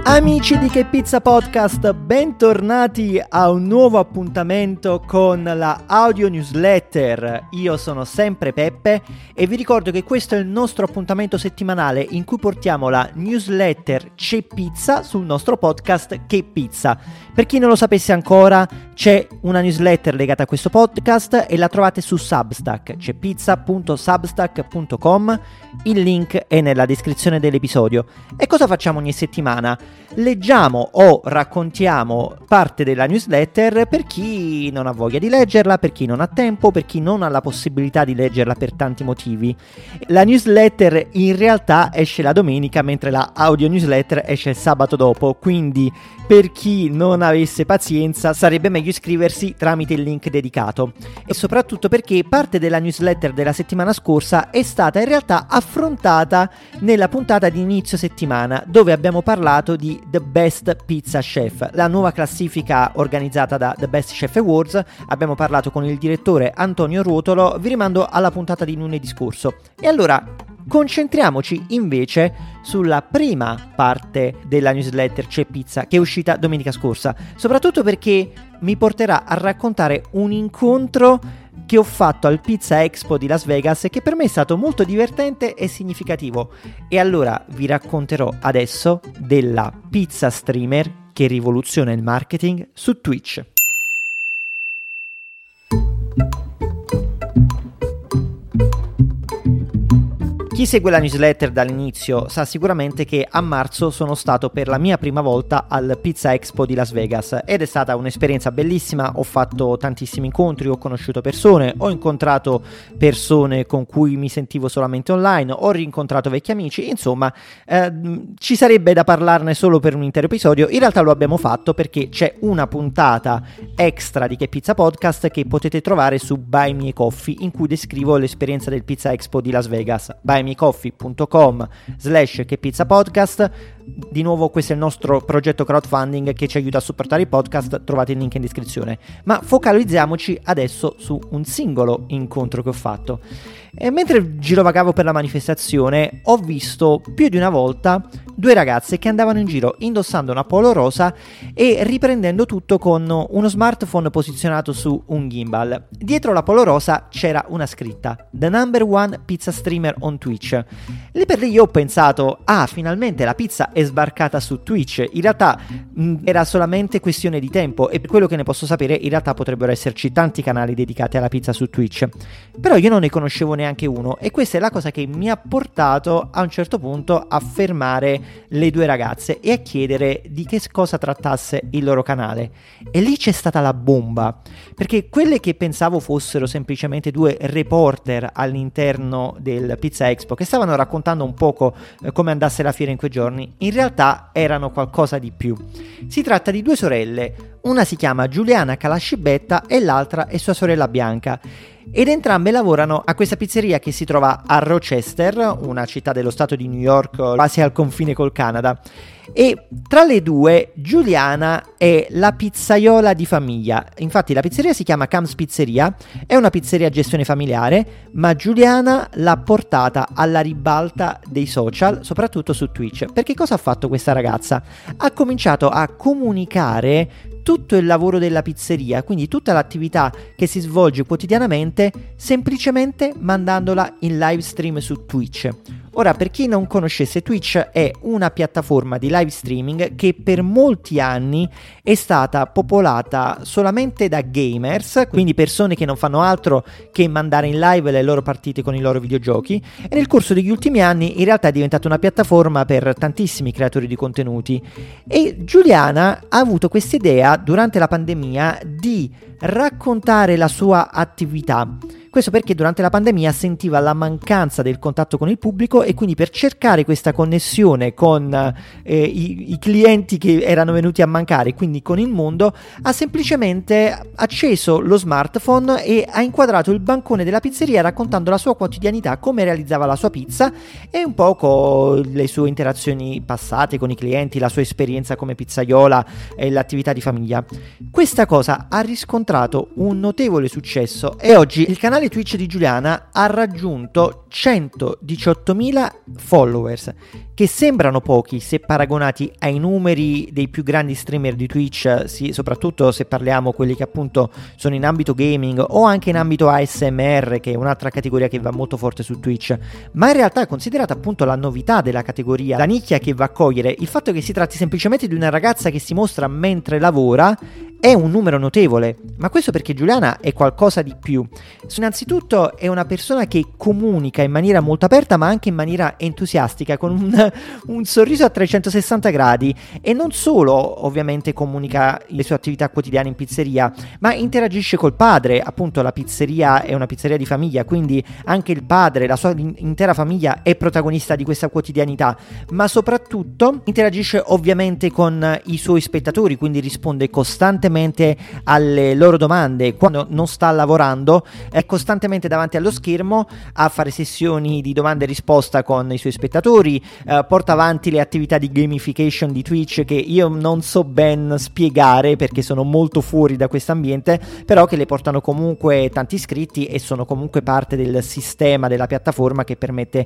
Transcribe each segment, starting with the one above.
Amici di Che Pizza Podcast, bentornati a un nuovo appuntamento con la audio newsletter. Io sono sempre Peppe e vi ricordo che questo è il nostro appuntamento settimanale in cui portiamo la newsletter C'è Pizza sul nostro podcast Che Pizza. Per chi non lo sapesse ancora, c'è una newsletter legata a questo podcast e la trovate su Substack, c'epizza.substack.com. Il link è nella descrizione dell'episodio. E cosa facciamo ogni settimana? Leggiamo o raccontiamo parte della newsletter per chi non ha voglia di leggerla, per chi non ha tempo, per chi non ha la possibilità di leggerla per tanti motivi. La newsletter in realtà esce la domenica, mentre la audio newsletter esce il sabato dopo, quindi per chi non avesse pazienza sarebbe meglio iscriversi tramite il link dedicato. E soprattutto perché parte della newsletter della settimana scorsa è stata in realtà affrontata nella puntata di inizio settimana, dove abbiamo parlato di The Best Pizza Chef, la nuova classifica organizzata da The Best Chef Awards. Abbiamo parlato con il direttore Antonio Ruotolo, vi rimando alla puntata di lunedì scorso. E allora concentriamoci invece sulla prima parte della newsletter C'è Pizza, che è uscita domenica scorsa, soprattutto perché mi porterà a raccontare un incontro che ho fatto al Pizza Expo di Las Vegas e che per me è stato molto divertente e significativo. E allora vi racconterò adesso della pizza streamer che rivoluziona il marketing su Twitch. Chi segue la newsletter dall'inizio sa sicuramente che a marzo sono stato per la mia prima volta al Pizza Expo di Las Vegas ed è stata un'esperienza bellissima. Ho fatto tantissimi incontri, ho conosciuto persone, ho incontrato persone con cui mi sentivo solamente online, ho rincontrato vecchi amici, insomma ci sarebbe da parlarne solo per un intero episodio. In realtà lo abbiamo fatto perché c'è una puntata extra di Che Pizza Podcast che potete trovare su Buy Me a Coffee, in cui descrivo l'esperienza del Pizza Expo di Las Vegas. buymeacoffee.com/chepizzapodcast. Di nuovo questo è il nostro progetto crowdfunding che ci aiuta a supportare i podcast, trovate il link in descrizione. Ma focalizziamoci adesso su un singolo incontro che ho fatto. E mentre girovagavo per la manifestazione ho visto più di una volta due ragazze che andavano in giro indossando una polo rosa e riprendendo tutto con uno smartphone posizionato su un gimbal. Dietro la polo rosa c'era una scritta: The number one pizza streamer on Twitch. Lì per lì io ho pensato: finalmente la pizza è sbarcata su Twitch. In realtà era solamente questione di tempo, e per quello che ne posso sapere in realtà potrebbero esserci tanti canali dedicati alla pizza su Twitch, però io non ne conoscevo neanche uno, e questa è la cosa che mi ha portato a un certo punto a fermare le due ragazze e a chiedere di che cosa trattasse il loro canale. E lì c'è stata la bomba, perché quelle che pensavo fossero semplicemente due reporter all'interno del Pizza Expo che stavano raccontando un poco come andasse la fiera in quei giorni, in realtà erano qualcosa di più. Si tratta di due sorelle, una si chiama Giuliana Calascibetta e l'altra è sua sorella Bianca, ed entrambe lavorano a questa pizzeria che si trova a Rochester, una città dello stato di New York quasi al confine col Canada. E tra le due Giuliana è la pizzaiola di famiglia. Infatti la pizzeria si chiama Cam's Pizzeria, è una pizzeria a gestione familiare, ma Giuliana l'ha portata alla ribalta dei social, soprattutto su Twitch. Perché cosa ha fatto questa ragazza? Ha cominciato a comunicare tutto il lavoro della pizzeria, quindi tutta l'attività che si svolge quotidianamente, semplicemente mandandola in live stream su Twitch. Ora, per chi non conoscesse, Twitch è una piattaforma di live streaming che per molti anni è stata popolata solamente da gamers, quindi persone che non fanno altro che mandare in live le loro partite con i loro videogiochi, e nel corso degli ultimi anni in realtà è diventata una piattaforma per tantissimi creatori di contenuti. E Giuliana ha avuto questa idea durante la pandemia di raccontare la sua attività. Questo perché durante la pandemia sentiva la mancanza del contatto con il pubblico, e quindi per cercare questa connessione con i clienti che erano venuti a mancare, quindi con il mondo, ha semplicemente acceso lo smartphone e ha inquadrato il bancone della pizzeria raccontando la sua quotidianità, come realizzava la sua pizza e un po' le sue interazioni passate con i clienti, la sua esperienza come pizzaiola e l'attività di famiglia. Questa cosa ha riscontrato un notevole successo e oggi il canale Twitch di Giuliana ha raggiunto 118.000 followers, che sembrano pochi se paragonati ai numeri dei più grandi streamer di Twitch, sì, soprattutto se parliamo quelli che appunto sono in ambito gaming o anche in ambito ASMR, che è un'altra categoria che va molto forte su Twitch, ma in realtà, considerata appunto la novità della categoria, la nicchia che va a cogliere, il fatto che si tratti semplicemente di una ragazza che si mostra mentre lavora è un numero notevole. Ma questo perché Giuliana è qualcosa di più. Innanzitutto è una persona che comunica in maniera molto aperta, ma anche in maniera entusiastica, con un sorriso a 360 gradi, e non solo ovviamente comunica le sue attività quotidiane in pizzeria, ma interagisce col padre. Appunto, la pizzeria è una pizzeria di famiglia, quindi anche il padre, la sua intera famiglia è protagonista di questa quotidianità, ma soprattutto interagisce ovviamente con i suoi spettatori, quindi risponde costantemente alle loro domande. Quando non sta lavorando è costantemente davanti allo schermo a fare sessioni di domanda e risposta con i suoi spettatori, porta avanti le attività di gamification di Twitch, che io non so ben spiegare perché sono molto fuori da questo ambiente, però che le portano comunque tanti iscritti e sono comunque parte del sistema della piattaforma che permette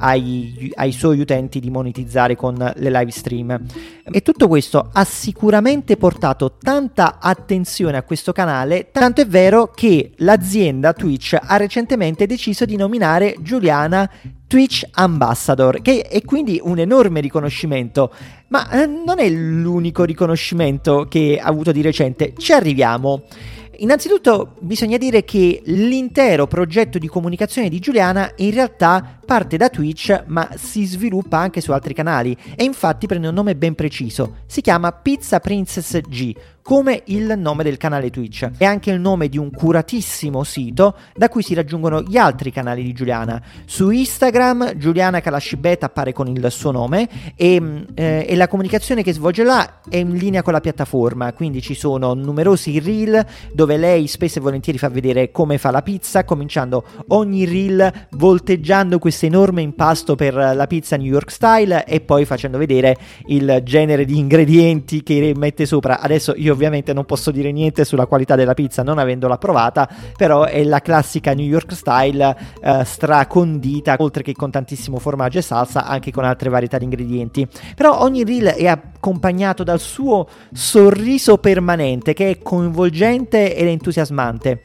ai suoi utenti di monetizzare con le live stream. E tutto questo ha sicuramente portato tanta attenzione a questo canale, tanto è vero che l'azienda Twitch ha recentemente deciso di nominare Giuliana Twitch Ambassador, che è quindi un enorme riconoscimento, ma non è l'unico riconoscimento che ha avuto di recente. Ci arriviamo. Innanzitutto bisogna dire che l'intero progetto di comunicazione di Giuliana in realtà parte da Twitch, ma si sviluppa anche su altri canali, e infatti prende un nome ben preciso. Si chiama Pizza Princess G, come il nome del canale Twitch. È anche il nome di un curatissimo sito da cui si raggiungono gli altri canali di Giuliana. Su Instagram Giuliana Kalashibet appare con il suo nome e la comunicazione che svolge là è in linea con la piattaforma, quindi ci sono numerosi reel dove lei spesso e volentieri fa vedere come fa la pizza, cominciando ogni reel volteggiando questo enorme impasto per la pizza New York style e poi facendo vedere il genere di ingredienti che mette sopra. Adesso io ovviamente non posso dire niente sulla qualità della pizza non avendola provata, però è la classica New York style, stracondita, oltre che con tantissimo formaggio e salsa, anche con altre varietà di ingredienti. Però ogni reel è accompagnato dal suo sorriso permanente, che è coinvolgente ed entusiasmante.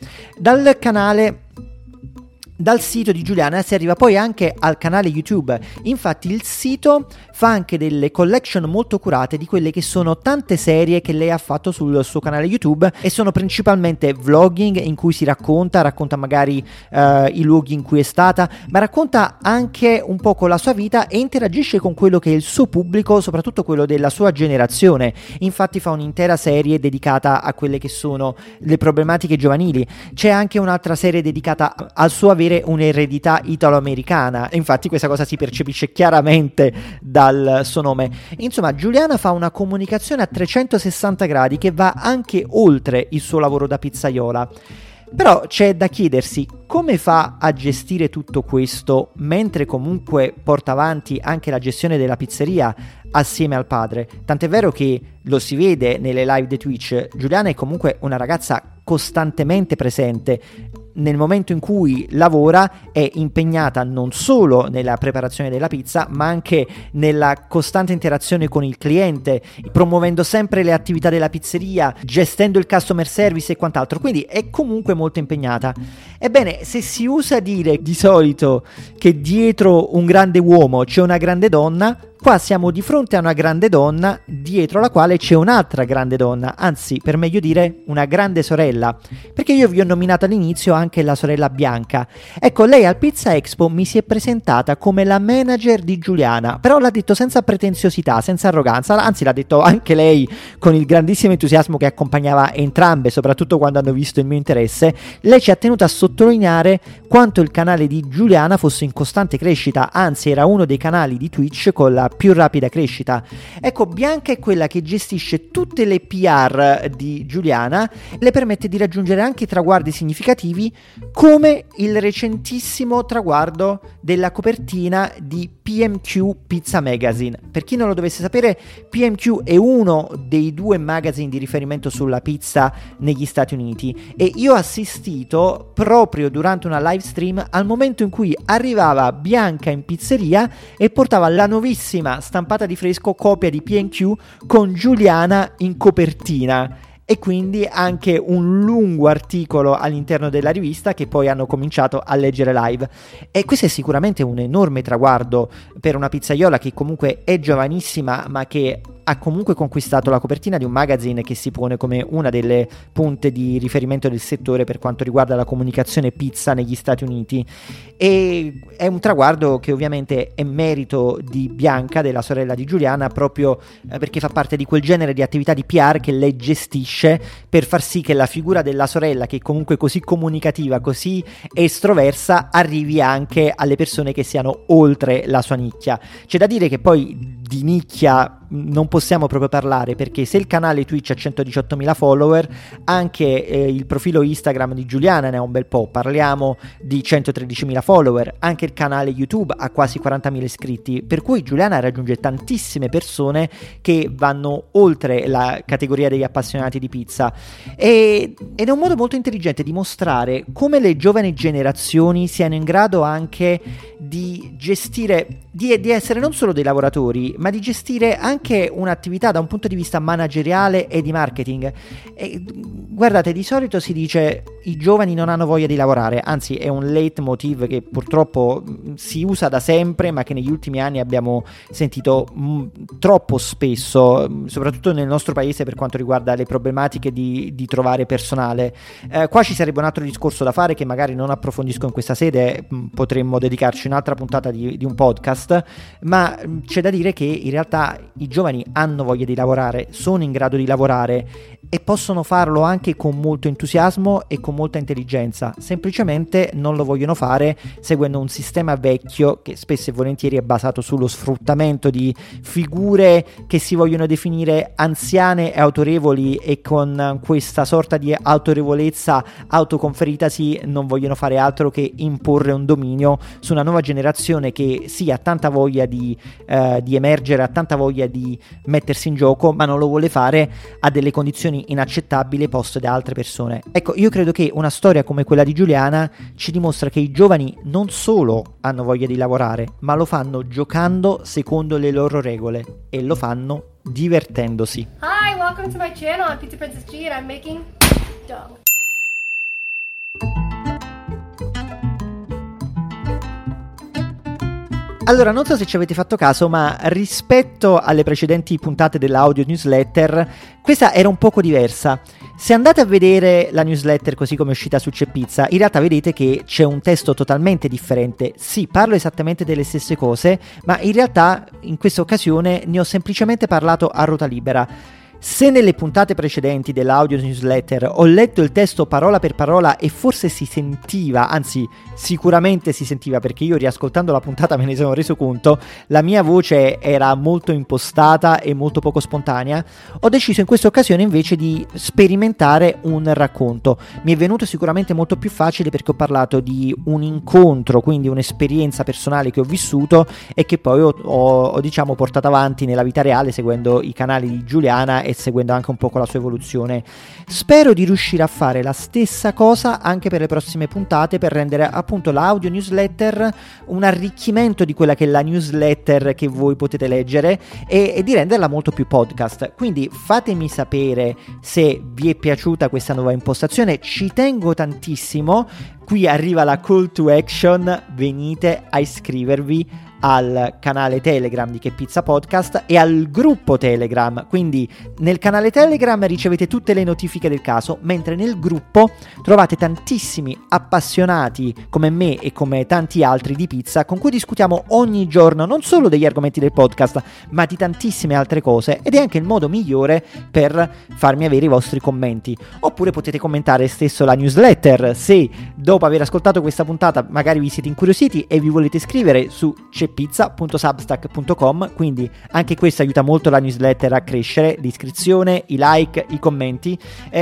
Dal sito di Giuliana si arriva poi anche al canale YouTube. Infatti il sito fa anche delle collection molto curate di quelle che sono tante serie che lei ha fatto sul suo canale YouTube, e sono principalmente vlogging in cui si racconta magari i luoghi in cui è stata, ma racconta anche un po' con la sua vita e interagisce con quello che è il suo pubblico, soprattutto quello della sua generazione. Infatti fa un'intera serie dedicata a quelle che sono le problematiche giovanili. C'è anche un'altra serie dedicata al suo avere un'eredità italo-americana, e infatti questa cosa si percepisce chiaramente dal suo nome. Insomma, Giuliana fa una comunicazione a 360 gradi che va anche oltre il suo lavoro da pizzaiola. Però c'è da chiedersi come fa a gestire tutto questo mentre comunque porta avanti anche la gestione della pizzeria assieme al padre. Tant'è vero che lo si vede nelle live di Twitch. Giuliana è comunque una ragazza costantemente presente. Nel momento in cui lavora è impegnata non solo nella preparazione della pizza, ma anche nella costante interazione con il cliente, promuovendo sempre le attività della pizzeria, gestendo il customer service e quant'altro, quindi è comunque molto impegnata. Ebbene, se si usa dire di solito che dietro un grande uomo c'è una grande donna, qua siamo di fronte a una grande donna dietro la quale c'è un'altra grande donna, anzi, per meglio dire, una grande sorella, perché io vi ho nominato all'inizio anche la sorella Bianca. Ecco, lei al Pizza Expo mi si è presentata come la manager di Giuliana, però l'ha detto senza pretenziosità, senza arroganza, anzi l'ha detto anche lei con il grandissimo entusiasmo che accompagnava entrambe, soprattutto quando hanno visto il mio interesse. Lei ci ha tenuto a sottolineare quanto il canale di Giuliana fosse in costante crescita, anzi era uno dei canali di Twitch con la più rapida crescita. Ecco, Bianca è quella che gestisce tutte le PR di Giuliana, le permette di raggiungere anche traguardi significativi come il recentissimo traguardo della copertina di PMQ Pizza Magazine. Per chi non lo dovesse sapere, PMQ è uno dei 2 magazine di riferimento sulla pizza negli Stati Uniti, e io ho assistito proprio durante una live stream al momento in cui arrivava Bianca in pizzeria e portava la nuovissima stampata di fresco copia di PMQ con Giuliana in copertina, e quindi anche un lungo articolo all'interno della rivista che poi hanno cominciato a leggere live. E questo è sicuramente un enorme traguardo per una pizzaiola che comunque è giovanissima, ma che ha comunque conquistato la copertina di un magazine che si pone come una delle punte di riferimento del settore per quanto riguarda la comunicazione pizza negli Stati Uniti. E è un traguardo che ovviamente è merito di Bianca, della sorella di Giuliana, proprio perché fa parte di quel genere di attività di PR che lei gestisce per far sì che la figura della sorella, che è comunque così comunicativa, così estroversa, arrivi anche alle persone che siano oltre la sua nicchia. C'è da dire che poi di nicchia non possiamo proprio parlare, perché se il canale Twitch ha 118.000 follower, anche il profilo Instagram di Giuliana ne ha un bel po', parliamo di 113.000 follower, anche il canale YouTube ha quasi 40.000 iscritti, per cui Giuliana raggiunge tantissime persone che vanno oltre la categoria degli appassionati di pizza, ed è un modo molto intelligente di mostrare come le giovani generazioni siano in grado anche di gestire, di essere non solo dei lavoratori, ma di gestire anche un'attività da un punto di vista manageriale e di marketing. E guardate, di solito si dice i giovani non hanno voglia di lavorare, anzi è un leitmotiv che purtroppo si usa da sempre, ma che negli ultimi anni abbiamo sentito troppo spesso, soprattutto nel nostro paese per quanto riguarda le problematiche di trovare personale. Qua ci sarebbe un altro discorso da fare che magari non approfondisco in questa sede, potremmo dedicarci un'altra puntata di un podcast, ma c'è da dire che in realtà i giovani hanno voglia di lavorare, sono in grado di lavorare e possono farlo anche con molto entusiasmo e con molta intelligenza, semplicemente non lo vogliono fare seguendo un sistema vecchio che spesso e volentieri è basato sullo sfruttamento di figure che si vogliono definire anziane e autorevoli, e con questa sorta di autorevolezza autoconferitasi non vogliono fare altro che imporre un dominio su una nuova generazione che sì, ha tanta voglia di emergere, ha tanta voglia di mettersi in gioco, ma non lo vuole fare a delle condizioni inaccettabili poste da altre persone. Ecco, io credo che una storia come quella di Giuliana ci dimostra che i giovani non solo hanno voglia di lavorare, ma lo fanno giocando secondo le loro regole e lo fanno divertendosi. Hi, welcome to my channel. I'm Pizza Princess G and I'm making dough. Allora, non so se ci avete fatto caso, ma rispetto alle precedenti puntate dell'audio newsletter, questa era un poco diversa. Se andate a vedere la newsletter così come è uscita su C'è Pizza, in realtà vedete che c'è un testo totalmente differente. Sì, parlo esattamente delle stesse cose, ma in realtà in questa occasione ne ho semplicemente parlato a ruota libera. Se nelle puntate precedenti dell'audio newsletter ho letto il testo parola per parola e forse si sentiva, anzi sicuramente si sentiva, perché io riascoltando la puntata me ne sono reso conto, la mia voce era molto impostata e molto poco spontanea, ho deciso in questa occasione invece di sperimentare un racconto. Mi è venuto sicuramente molto più facile perché ho parlato di un incontro, quindi un'esperienza personale che ho vissuto e che poi ho diciamo portato avanti nella vita reale seguendo i canali di Giuliana e seguendo anche un po' la sua evoluzione. Spero di riuscire a fare la stessa cosa anche per le prossime puntate, per rendere appunto l'audio newsletter un arricchimento di quella che è la newsletter che voi potete leggere e di renderla molto più podcast. Quindi fatemi sapere se vi è piaciuta questa nuova impostazione, ci tengo tantissimo. Qui arriva la call to action, venite a iscrivervi al canale Telegram di Che Pizza Podcast e al gruppo Telegram. Quindi nel canale Telegram ricevete tutte le notifiche del caso, mentre nel gruppo trovate tantissimi appassionati come me e come tanti altri di pizza, con cui discutiamo ogni giorno non solo degli argomenti del podcast, ma di tantissime altre cose, ed è anche il modo migliore per farmi avere i vostri commenti. Oppure potete commentare stesso la newsletter se dopo aver ascoltato questa puntata magari vi siete incuriositi e vi volete iscrivere su c'epizza.substack.com, quindi anche questo aiuta molto la newsletter a crescere, l'iscrizione, i like, i commenti.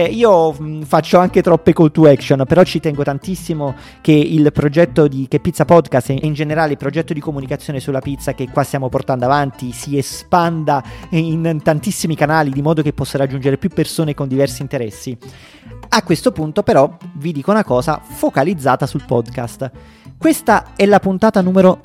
Io faccio anche troppe call to action, però ci tengo tantissimo che il progetto di Che Pizza Podcast e in generale il progetto di comunicazione sulla pizza che qua stiamo portando avanti si espanda in tantissimi canali, di modo che possa raggiungere più persone con diversi interessi. A questo punto però vi dico una cosa focalizzata sul podcast. Questa è la puntata numero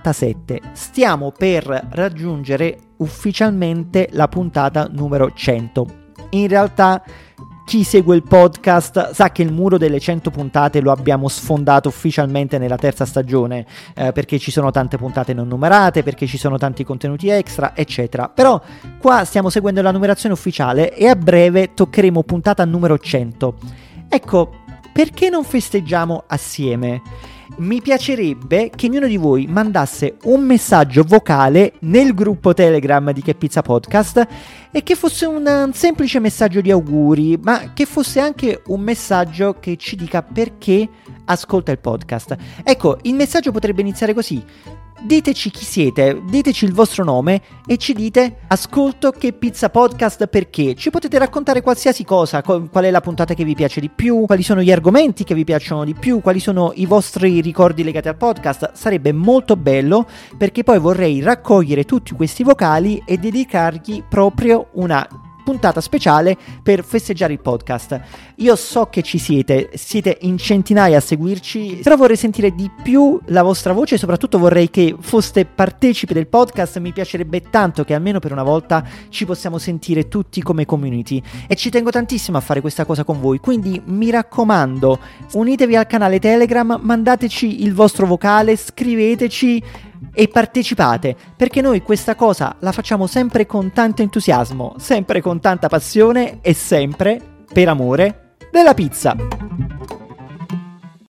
97. Stiamo per raggiungere ufficialmente la puntata numero 100. In realtà chi segue il podcast sa che il muro delle 100 puntate lo abbiamo sfondato ufficialmente nella terza stagione, perché ci sono tante puntate non numerate, perché ci sono tanti contenuti extra, eccetera. Però qua stiamo seguendo la numerazione ufficiale e a breve toccheremo puntata numero 100. Ecco, perché non festeggiamo assieme? Mi piacerebbe che ognuno di voi mandasse un messaggio vocale nel gruppo Telegram di Che Pizza Podcast e che fosse un semplice messaggio di auguri, ma che fosse anche un messaggio che ci dica perché ascolta il podcast. Ecco, il messaggio potrebbe iniziare così: diteci chi siete, diteci il vostro nome e ci dite ascolto Che Pizza Podcast perché. Ci potete raccontare qualsiasi cosa, qual è la puntata che vi piace di più, quali sono gli argomenti che vi piacciono di più, quali sono i vostri ricordi legati al podcast. Sarebbe molto bello, perché poi vorrei raccogliere tutti questi vocali e dedicargli proprio una puntata speciale per festeggiare il podcast. Io so che ci siete in centinaia a seguirci, però vorrei sentire di più la vostra voce e soprattutto vorrei che foste partecipi del podcast. Mi piacerebbe tanto che almeno per una volta ci possiamo sentire tutti come community e ci tengo tantissimo a fare questa cosa con voi, quindi mi raccomando, unitevi al canale Telegram, mandateci il vostro vocale, scriveteci e partecipate, perché noi questa cosa la facciamo sempre con tanto entusiasmo, sempre con tanta passione e sempre per amore della pizza.